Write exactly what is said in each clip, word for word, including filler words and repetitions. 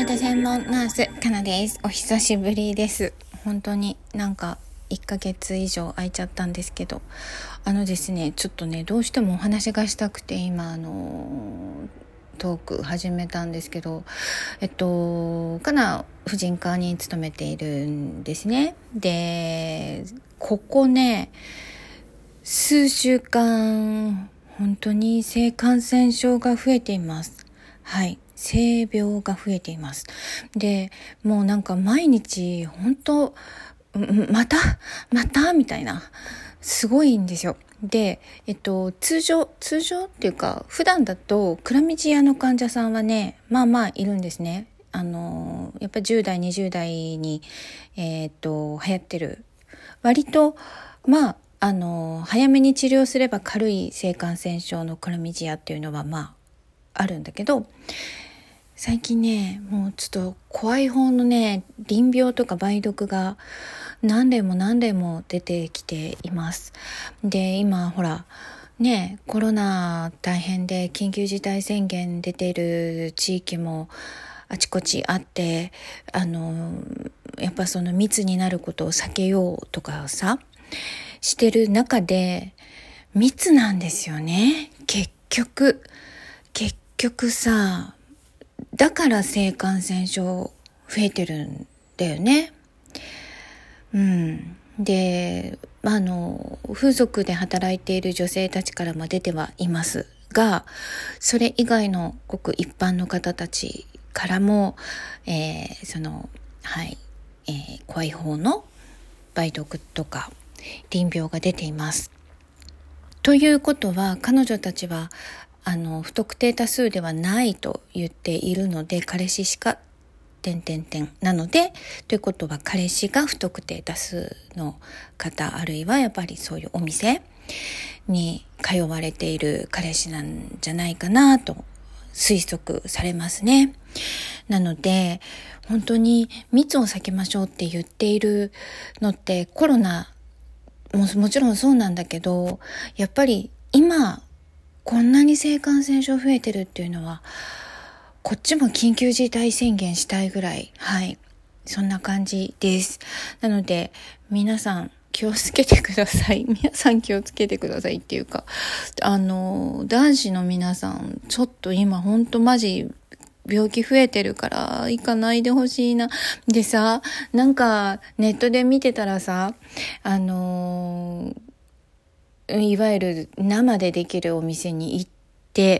ト専門ナースかなです。お久しぶりです。本当になんかいっかげつ以上空いちゃったんですけど、あのですねちょっとねどうしてもお話がしたくて今あのトーク始めたんですけど、えっとかな婦人科に勤めているんですね。でここね数週間本当に性感染症が増えています。はい、性病が増えています。でもうなんか毎日本当またまたみたいなすごいんですよ。で、えっと、通常通常っていうか普段だとクラミジアの患者さんはねまあまあいるんですね。あのやっぱりじゅう代にじゅう代に、えー、っと流行ってる割とまああの早めに治療すれば軽い性感染症のクラミジアっていうのはまああるんだけど、最近ねもうちょっと怖い方のね淋病とか梅毒が何例も何例も出てきています。で今ほらねコロナ大変で緊急事態宣言出てる地域もあちこちあって、あのやっぱその密になることを避けようとかさしてる中で密なんですよね。結局結局さだから性感染症増えてるんだよね。うんであの風俗で働いている女性たちからも出てはいますが、それ以外のごく一般の方たちからも、えー、そのはい、えー、怖い方の梅毒とか淋病が出ています。ということは彼女たちはあの不特定多数ではないと言っているので、彼氏しか点点点なのでということは彼氏が不特定多数の方、あるいはやっぱりそういうお店に通われている彼氏なんじゃないかなと推測されますね。なので本当に密を避けましょうって言っているのってコロナももちろんそうなんだけど、やっぱり今こんなに性感染症増えてるっていうのはこっちも緊急事態宣言したいぐらい、はいそんな感じです。なので皆さん気をつけてください。皆さん気をつけてくださいっていうか、あの男子の皆さんちょっと今ほんとマジ病気増えてるから行かないでほしいな。でさ、なんかネットで見てたらさ、あのー、いわゆる生でできるお店に行って、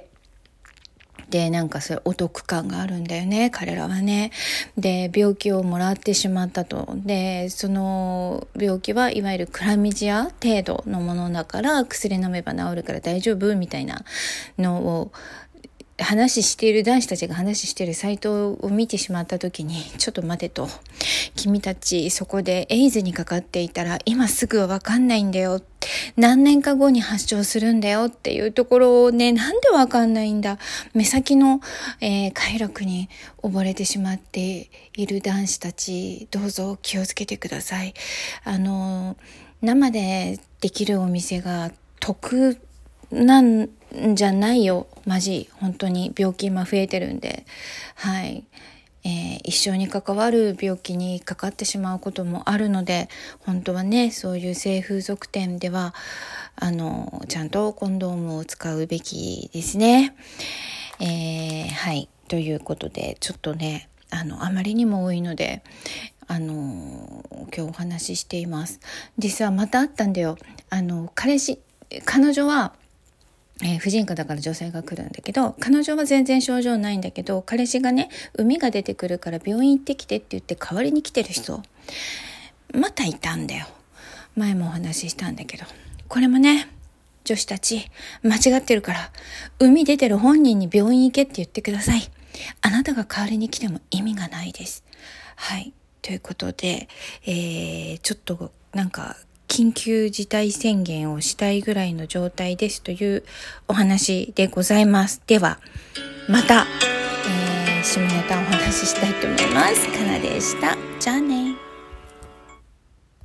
でなんかそれお得感があるんだよね彼らはね。で病気をもらってしまったと。でその病気はいわゆるクラミジア程度のものだから薬飲めば治るから大丈夫みたいなのを話している男子たちが話しているサイトを見てしまった時に、ちょっと待てと、君たちそこでエイズにかかっていたら今すぐは分かんないんだよ、何年か後に発症するんだよっていうところをね、なんで分かんないんだ。目先の、えー、快楽に溺れてしまっている男子たち、どうぞ気をつけてください。あの生でできるお店が得なんじゃないよマジ。本当に病気今増えてるんで、はい、えー、一生に関わる病気にかかってしまうこともあるので、本当はねそういう性風俗店ではあのちゃんとコンドームを使うべきですね。えー、はいということでちょっとねあのあまりにも多いのであの今日お話ししています。実はまたあったんだよ。あの彼氏彼女はえー、婦人科だから女性が来るんだけど、彼女は全然症状ないんだけど、彼氏がね膿が出てくるから病院行ってきてって言って代わりに来てる人またいたんだよ。前もお話ししたんだけど、これもね女子たち間違ってるから、膿出てる本人に病院行けって言ってください。あなたが代わりに来ても意味がないです。はいということで、えー、ちょっとなんか緊急事態宣言をしたいぐらいの状態ですというお話でございます。ではまた、えー、下ネタお話ししたいと思います。かなでした。じゃあね。